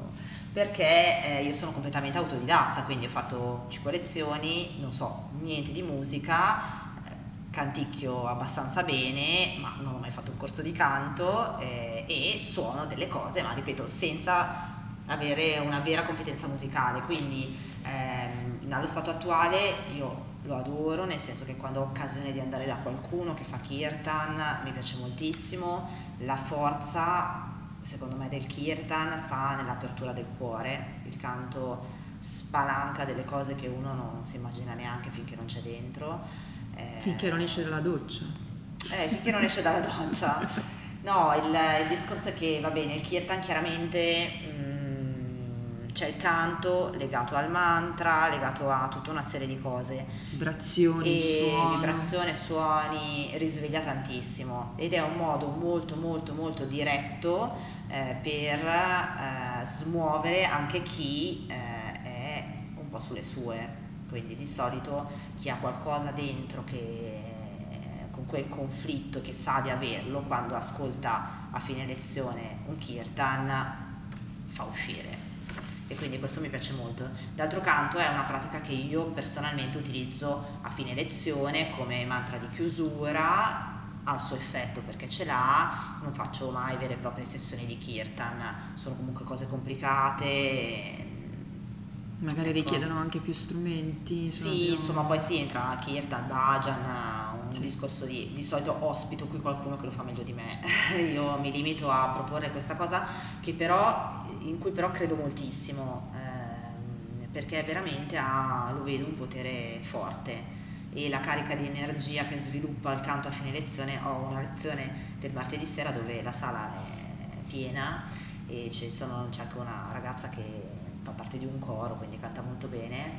Speaker 3: perché eh, io sono completamente autodidatta, quindi ho fatto cinque lezioni, non so niente di musica, eh, canticchio abbastanza bene, ma non ho mai fatto un corso di canto, eh, e suono delle cose, ma ripeto, senza avere una vera competenza musicale, quindi ehm, allo stato attuale io lo adoro, nel senso che quando ho occasione di andare da qualcuno che fa kirtan mi piace moltissimo. La forza secondo me del kirtan sta nell'apertura del cuore, il canto spalanca delle cose che uno non si immagina neanche finché non c'è dentro, eh,
Speaker 1: Finché non esce dalla doccia.
Speaker 3: eh, finché non esce dalla doccia. No, il, il discorso è che va bene, il kirtan chiaramente mh, c'è il canto legato al mantra, legato a tutta una serie di cose,
Speaker 1: Vibrazioni,
Speaker 3: e
Speaker 1: suono.
Speaker 3: vibrazione, suoni, risveglia tantissimo, ed è un modo molto molto molto diretto eh, per eh, smuovere anche chi eh, è un po' sulle sue, quindi di solito chi ha qualcosa dentro che con quel conflitto, che sa di averlo, quando ascolta a fine lezione un kirtan fa uscire, e quindi questo mi piace molto. D'altro canto è una pratica che io personalmente utilizzo a fine lezione come mantra di chiusura, ha il suo effetto perché ce l'ha. Non faccio mai vere e proprie sessioni di kirtan, sono comunque cose complicate,
Speaker 1: Magari
Speaker 3: ecco.
Speaker 1: Richiedono anche più strumenti.
Speaker 3: Sì,
Speaker 1: più...
Speaker 3: insomma, poi sì, entra kirtan, bhajan, un
Speaker 1: Sì.
Speaker 3: discorso di, di solito ospito qui qualcuno che lo fa meglio di me. Io mi limito a proporre questa cosa che però, in cui però credo moltissimo, ehm, perché veramente ha, lo vedo, un potere forte, e la carica di energia che sviluppa il canto a fine lezione. Ho una lezione del martedì sera dove la sala è piena e ci sono, c'è anche una ragazza che fa parte di un coro, quindi canta molto bene,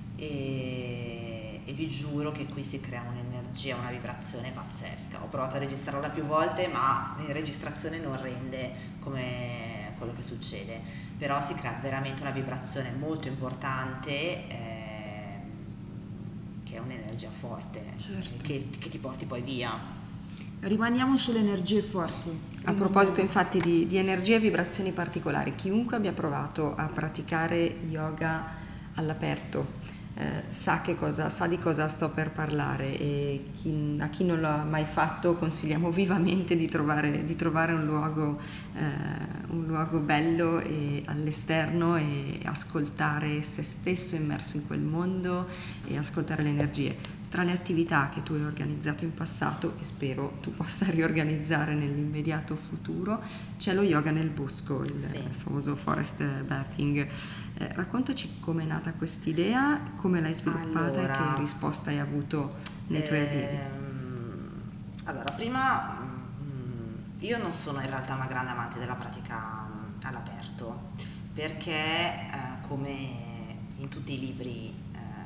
Speaker 3: e, e vi giuro che qui si crea un'energia, una vibrazione pazzesca. Ho provato a registrarla più volte, ma in registrazione non rende come quello che succede, però si crea veramente una vibrazione molto importante, eh, che è un'energia forte,
Speaker 1: Certo.
Speaker 3: che, che ti porti poi via.
Speaker 1: Rimaniamo sulle energie forti.
Speaker 2: A proposito infatti di, di energie e vibrazioni particolari, chiunque abbia provato a praticare yoga all'aperto eh, sa, che cosa, sa di cosa sto per parlare, e chi, a chi non l'ha mai fatto consigliamo vivamente di trovare, di trovare un, luogo, eh, un luogo bello e all'esterno, e ascoltare se stesso immerso in quel mondo e ascoltare le energie. Tra le attività che tu hai organizzato in passato, e spero tu possa riorganizzare nell'immediato futuro, c'è lo yoga nel bosco, il
Speaker 3: Sì.
Speaker 2: famoso forest bathing. Eh, raccontaci com'è nata quest'idea, come l'hai sviluppata,
Speaker 3: Allora,
Speaker 2: e che risposta hai avuto nei tuoi allievi.
Speaker 3: Ehm, allora, prima mm, io non sono in realtà una grande amante della pratica mm, all'aperto, perché eh, come in tutti i libri eh,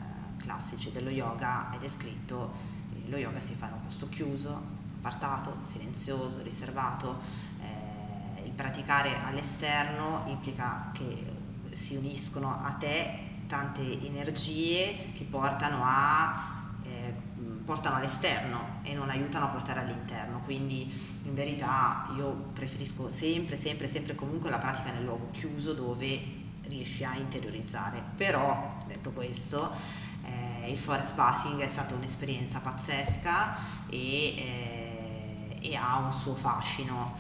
Speaker 3: classici dello yoga ed è scritto eh, lo yoga si fa in un posto chiuso, appartato, silenzioso, riservato. Eh, il praticare all'esterno implica che si uniscono a te tante energie che portano a eh, portano all'esterno e non aiutano a portare all'interno, quindi in verità io preferisco sempre sempre sempre comunque la pratica nel luogo chiuso dove riesci a interiorizzare. Però detto questo eh, il forest bathing è stata un'esperienza pazzesca e, eh, e ha un suo fascino.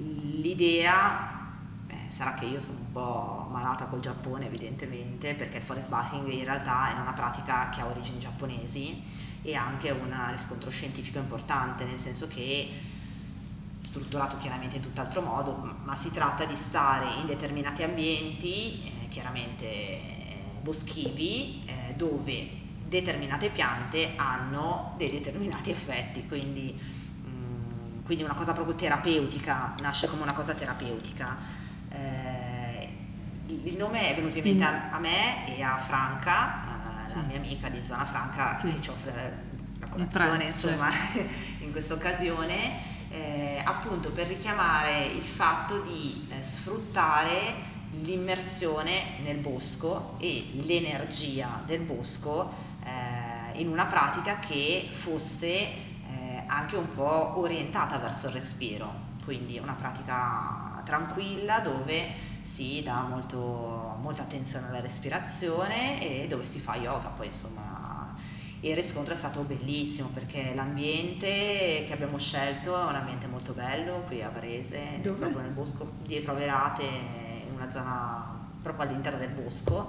Speaker 3: L'idea eh, sarà che io sono un po' malata col Giappone evidentemente, perché il forest bathing in realtà è una pratica che ha origini giapponesi e anche un riscontro scientifico importante, nel senso che strutturato chiaramente in tutt'altro modo, ma si tratta di stare in determinati ambienti, eh, chiaramente eh, boschivi, eh, dove determinate piante hanno dei determinati effetti, quindi, mh, quindi una cosa proprio terapeutica, nasce come una cosa terapeutica. Eh, il nome è venuto in mente a, a me e a Franca, eh, sì. la mia amica di Zona Franca, sì. che ci offre la colazione, insomma, certo. in questa occasione. Eh, appunto per richiamare il fatto di eh, sfruttare l'immersione nel bosco e l'energia del bosco eh, in una pratica che fosse eh, anche un po' orientata verso il respiro, quindi una pratica tranquilla dove si dà molto, molta attenzione alla respirazione e dove si fa yoga poi insomma. E il riscontro è stato bellissimo perché l'ambiente che abbiamo scelto è un ambiente molto bello qui a Varese, dove? Proprio nel bosco, dietro a Velate, in una zona proprio all'interno del bosco.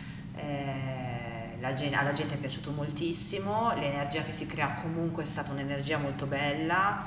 Speaker 3: Eh, la gente, alla gente è piaciuto moltissimo, l'energia che si crea comunque è stata un'energia molto bella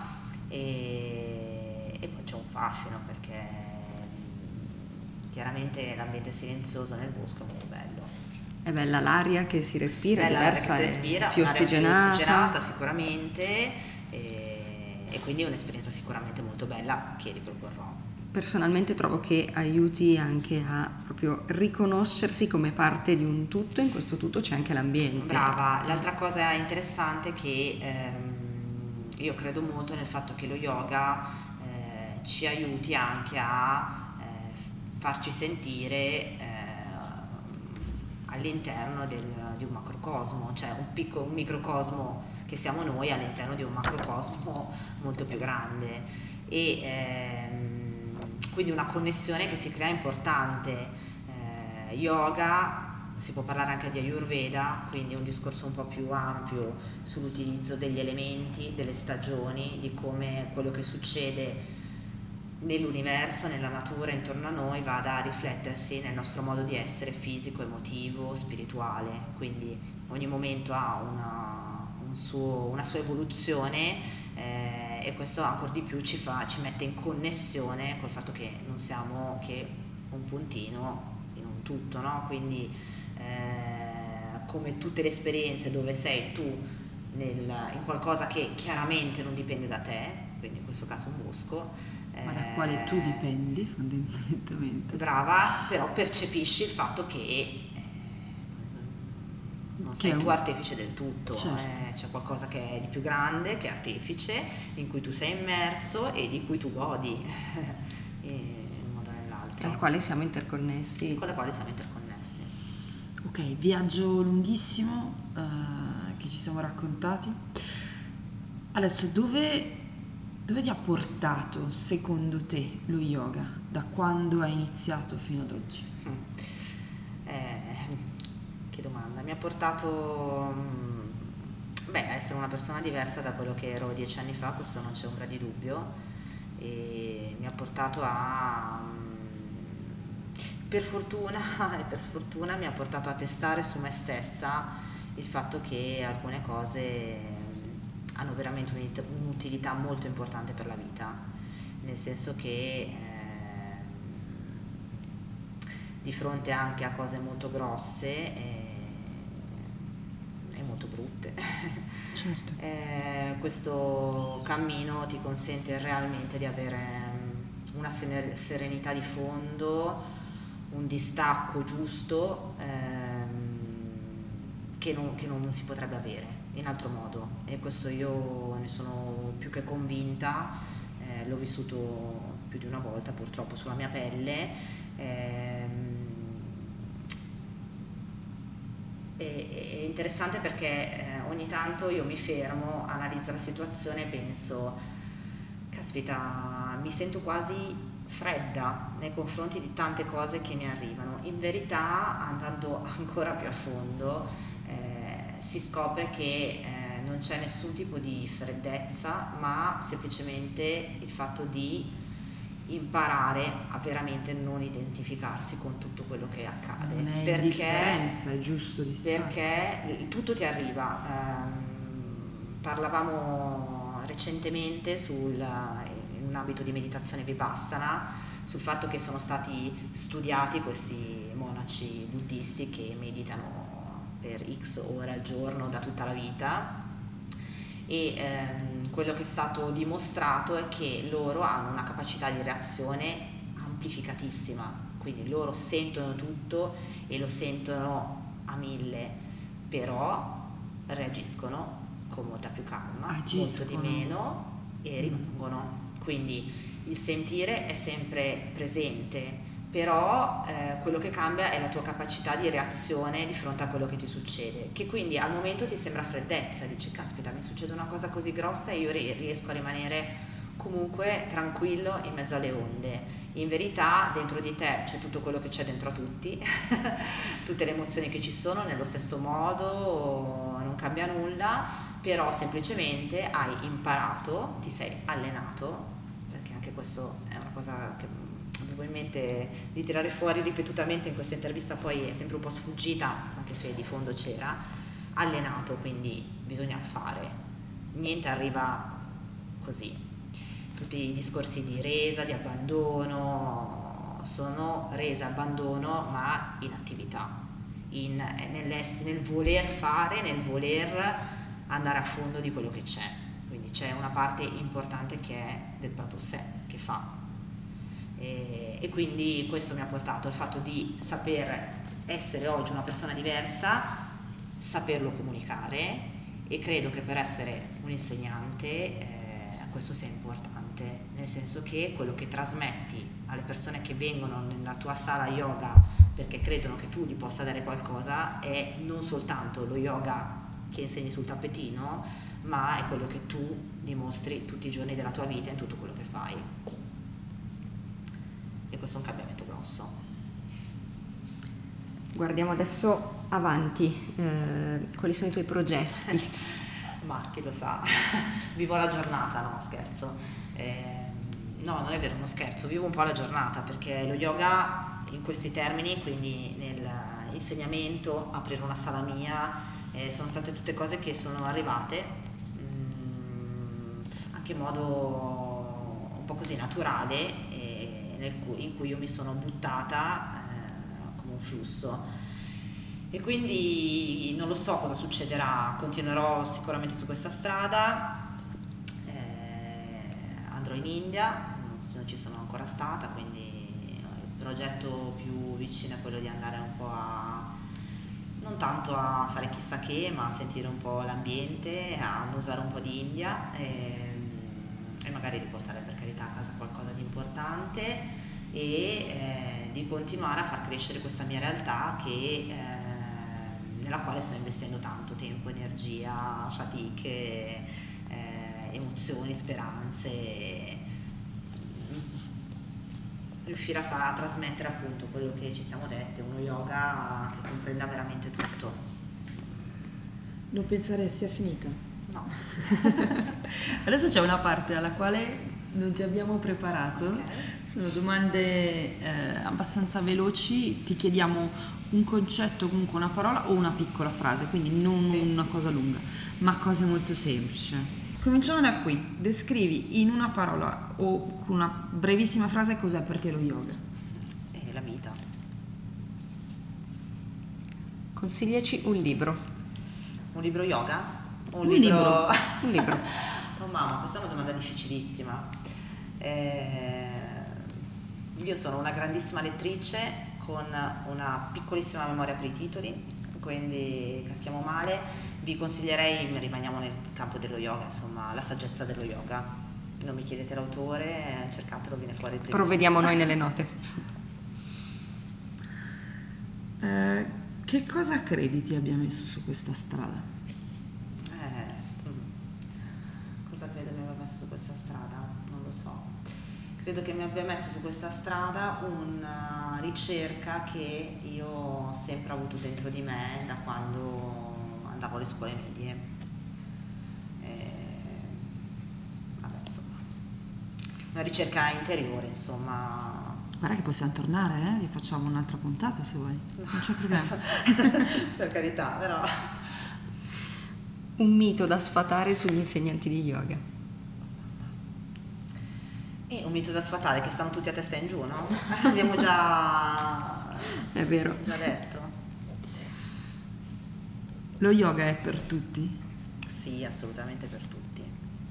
Speaker 3: e, e poi c'è un fascino perché chiaramente l'ambiente silenzioso nel bosco è molto bello.
Speaker 2: È bella l'aria che si respira,
Speaker 3: bella
Speaker 2: è diversa,
Speaker 3: che si respira,
Speaker 2: più ossigenata.
Speaker 3: più ossigenata sicuramente e, e quindi è un'esperienza sicuramente molto bella che riproporrò.
Speaker 2: Personalmente trovo che aiuti anche a proprio riconoscersi come parte di un tutto, in questo tutto c'è anche l'ambiente.
Speaker 3: Brava, l'altra cosa interessante è che ehm, io credo molto nel fatto che lo yoga eh, ci aiuti anche a eh, farci sentire eh, all'interno del, di un macrocosmo, cioè un piccolo un microcosmo che siamo noi all'interno di un macrocosmo molto più grande e ehm, quindi una connessione che si crea importante. Eh, yoga, si può parlare anche di Ayurveda, quindi un discorso un po' più ampio sull'utilizzo degli elementi, delle stagioni, di come quello che succede nell'universo, nella natura intorno a noi vada a riflettersi nel nostro modo di essere fisico, emotivo, spirituale, quindi ogni momento ha una, un suo, una sua evoluzione eh, e questo ancora di più ci, fa, ci mette in connessione col fatto che non siamo che un puntino in un tutto, no? Quindi eh, come tutte le esperienze dove sei tu nel, in qualcosa che chiaramente non dipende da te, quindi in questo caso un bosco,
Speaker 1: ma da quale tu dipendi fondamentalmente.
Speaker 3: Brava, però percepisci il fatto che eh, non sei tu artefice del tutto, certo. eh, c'è qualcosa che è di più grande, che è artefice, in cui tu sei immerso e di cui tu godi in un modo o nell'altro.
Speaker 2: Al quale siamo interconnessi.
Speaker 3: Con la quale siamo interconnessi.
Speaker 1: Ok, viaggio lunghissimo uh, che ci siamo raccontati. Adesso dove... Dove ti ha portato, secondo te, lo yoga? Da quando hai iniziato fino ad oggi?
Speaker 3: Eh, che domanda. Mi ha portato beh, a essere una persona diversa da quello che ero dieci anni fa, questo non c'è ombra di dubbio. E mi ha portato a... Per fortuna e per sfortuna mi ha portato a testare su me stessa il fatto che alcune cose hanno veramente un'utilità molto importante per la vita, nel senso che eh, di fronte anche a cose molto grosse eh, e molto brutte,
Speaker 1: certo.
Speaker 3: eh, questo cammino ti consente realmente di avere una serenità di fondo, un distacco giusto, ehm, che non, che non si potrebbe avere in altro modo, e questo io ne sono più che convinta, eh, l'ho vissuto più di una volta purtroppo sulla mia pelle. ehm, È interessante perché eh, ogni tanto io mi fermo, analizzo la situazione e penso, caspita, mi sento quasi fredda nei confronti di tante cose che mi arrivano. In verità, andando ancora più a fondo, eh, si scopre che eh, non c'è nessun tipo di freddezza, ma semplicemente il fatto di imparare a veramente non identificarsi con tutto quello che accade.
Speaker 1: Non è
Speaker 3: perché,
Speaker 1: indifferenza, è giusto di stare.
Speaker 3: perché tutto ti arriva. Ehm, parlavamo recentemente sul, in un ambito di meditazione vipassana, sul fatto che sono stati studiati questi monaci buddisti che meditano per X ore al giorno da tutta la vita, e ehm, quello che è stato dimostrato è che loro hanno una capacità di reazione amplificatissima, quindi loro sentono tutto e lo sentono a mille, però reagiscono con molta più calma,
Speaker 1: Agiscono.
Speaker 3: molto di meno, e rimangono. Quindi il sentire è sempre presente, però eh, quello che cambia è la tua capacità di reazione di fronte a quello che ti succede, che quindi al momento ti sembra freddezza, dici caspita, mi succede una cosa così grossa e io riesco a rimanere comunque tranquillo in mezzo alle onde. In verità dentro di te c'è tutto quello che c'è dentro a tutti, tutte le emozioni che ci sono nello stesso modo, non cambia nulla, però semplicemente hai imparato, ti sei allenato, perché anche questo è una cosa che avevo in mente di tirare fuori ripetutamente in questa intervista, poi è sempre un po' sfuggita, anche se di fondo c'era. Allenato, quindi bisogna fare, niente arriva così. Tutti i discorsi di resa, di abbandono sono resa, abbandono, ma in attività, in, nel voler fare, nel voler andare a fondo di quello che c'è. Quindi c'è una parte importante che è del proprio sé, che fa. E, e quindi questo mi ha portato al fatto di saper essere oggi una persona diversa, saperlo comunicare, e credo che per essere un insegnante eh, questo sia importante, nel senso che quello che trasmetti alle persone che vengono nella tua sala yoga perché credono che tu gli possa dare qualcosa è non soltanto lo yoga che insegni sul tappetino, ma è quello che tu dimostri tutti i giorni della tua vita in tutto quello che fai. E questo è un cambiamento grosso.
Speaker 2: Guardiamo adesso avanti, eh, quali sono i tuoi progetti?
Speaker 3: Ma chi lo sa, vivo la giornata, no scherzo, eh, no non è vero, uno scherzo, vivo un po' la giornata, perché lo yoga in questi termini, quindi nell'insegnamento, aprire una sala mia, eh, sono state tutte cose che sono arrivate mh, anche in modo un po' così naturale, eh, nel cui, in cui io mi sono buttata eh, come un flusso. E quindi non lo so cosa succederà, continuerò sicuramente su questa strada, eh, andrò in India, non ci sono ancora stata, quindi il progetto più vicino è quello di andare un po' a, non tanto a fare chissà che, ma a sentire un po' l'ambiente, a usare un po' di India e, e magari riportare per carità a casa qualcosa di importante, e eh, di continuare a far crescere questa mia realtà che... Eh, nella quale sto investendo tanto tempo, energia, fatiche, eh, emozioni, speranze, riuscire a, far, a trasmettere appunto quello che ci siamo dette, uno yoga che comprenda veramente tutto.
Speaker 1: Non pensare sia finita?
Speaker 3: No.
Speaker 1: Adesso c'è una parte alla quale non ti abbiamo preparato, okay. Sono domande eh, abbastanza veloci, ti chiediamo un concetto, comunque una parola o una piccola frase, quindi non sì. una cosa lunga, ma cose molto semplici. Cominciamo da qui, descrivi in una parola o con una brevissima frase cos'è per te lo yoga.
Speaker 3: È la vita.
Speaker 2: Consigliaci un libro.
Speaker 3: Un libro yoga? Un,
Speaker 1: un
Speaker 3: libro...
Speaker 1: libro.
Speaker 2: Un libro.
Speaker 3: Oh mamma, questa è una domanda difficilissima. Eh, io sono una grandissima lettrice con una piccolissima memoria per i titoli, quindi caschiamo male. Vi consiglierei, rimaniamo nel campo dello yoga, insomma, la saggezza dello yoga. Non mi chiedete l'autore, cercatelo, viene fuori il primo.
Speaker 2: Provvediamo noi nelle note.
Speaker 1: Eh, che cosa credi ti abbia messo su questa strada?
Speaker 3: Eh, mm. Cosa credo mi abbia messo su questa strada? Non lo so. Credo che mi abbia messo su questa strada una ricerca che io ho sempre avuto dentro di me da quando andavo alle scuole medie. Eh, vabbè, insomma, una ricerca interiore, insomma.
Speaker 1: Guarda che possiamo tornare, eh? Rifacciamo un'altra puntata se vuoi, non c'è problema.
Speaker 3: Per carità, però.
Speaker 2: Un mito da sfatare sugli insegnanti di yoga.
Speaker 3: E un mito da sfatare, che stanno tutti a testa in giù, no? Abbiamo già,
Speaker 2: È vero.
Speaker 3: già detto.
Speaker 1: Lo yoga è per tutti?
Speaker 3: Sì, assolutamente per tutti.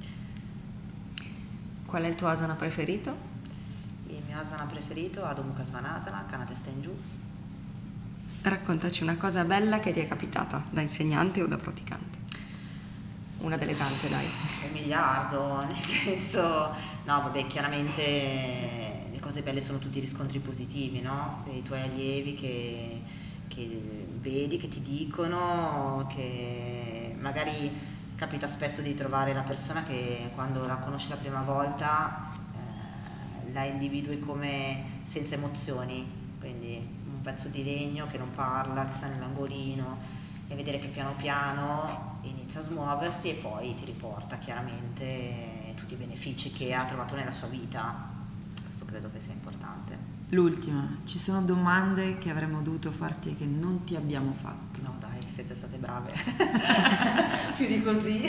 Speaker 2: Qual è il tuo asana preferito?
Speaker 3: Il mio asana preferito, Adho Mukha Svanasana, canna testa in giù.
Speaker 2: Raccontaci una cosa bella che ti è capitata da insegnante o da praticante. Una delle tante, dai.
Speaker 3: Un miliardo, nel senso, no, vabbè, chiaramente le cose belle sono tutti riscontri positivi, no? Dei tuoi allievi che, che vedi, che ti dicono, che magari capita spesso di trovare la persona che quando la conosci la prima volta eh, la individui come senza emozioni, quindi un pezzo di legno che non parla, che sta nell'angolino, e vedere che piano piano inizia a smuoversi e poi ti riporta chiaramente tutti i benefici che ha trovato nella sua vita. Questo credo che sia importante.
Speaker 1: L'ultima, ci sono domande che avremmo dovuto farti e che non ti abbiamo fatto.
Speaker 3: No dai, siete state brave. Più di così.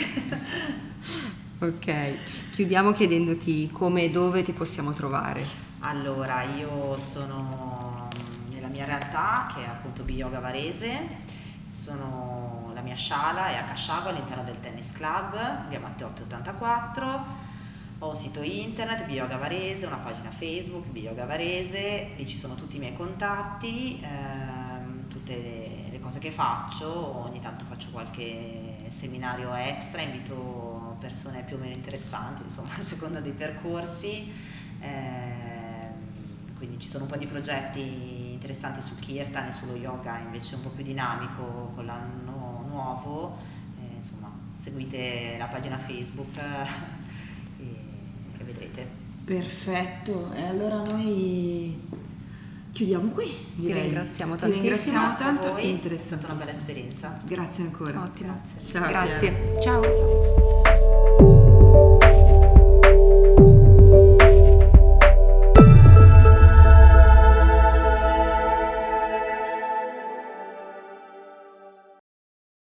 Speaker 2: Ok, chiudiamo chiedendoti come e dove ti possiamo trovare.
Speaker 3: Allora, io sono nella mia realtà, che è appunto Biyoga Varese. Sono la mia sciala è a Casciago all'interno del Tennis Club, via Matteotti ottantaquattro. Ho un sito internet, Biyoga Varese, una pagina Facebook, Biyoga Varese, lì ci sono tutti i miei contatti, ehm, tutte le, le cose che faccio. Ogni tanto faccio qualche seminario extra, invito persone più o meno interessanti, insomma, a seconda dei percorsi. Ehm, quindi ci sono un po' di progetti interessanti sul kirtan e sullo yoga invece un po' più dinamico con l'anno nuovo. Eh, insomma, seguite la pagina Facebook e, e vedrete.
Speaker 1: Perfetto, e allora noi chiudiamo qui.
Speaker 2: Ti ringraziamo
Speaker 1: Ti
Speaker 2: tantissimo.
Speaker 1: ringraziamo
Speaker 3: Grazie a
Speaker 1: tanto,
Speaker 3: voi, è
Speaker 1: interessantissimo.
Speaker 3: stata una bella esperienza.
Speaker 1: Grazie ancora.
Speaker 2: Ottimo.
Speaker 3: Grazie.
Speaker 1: Ciao,
Speaker 2: Grazie.
Speaker 1: Chiara.
Speaker 2: Ciao.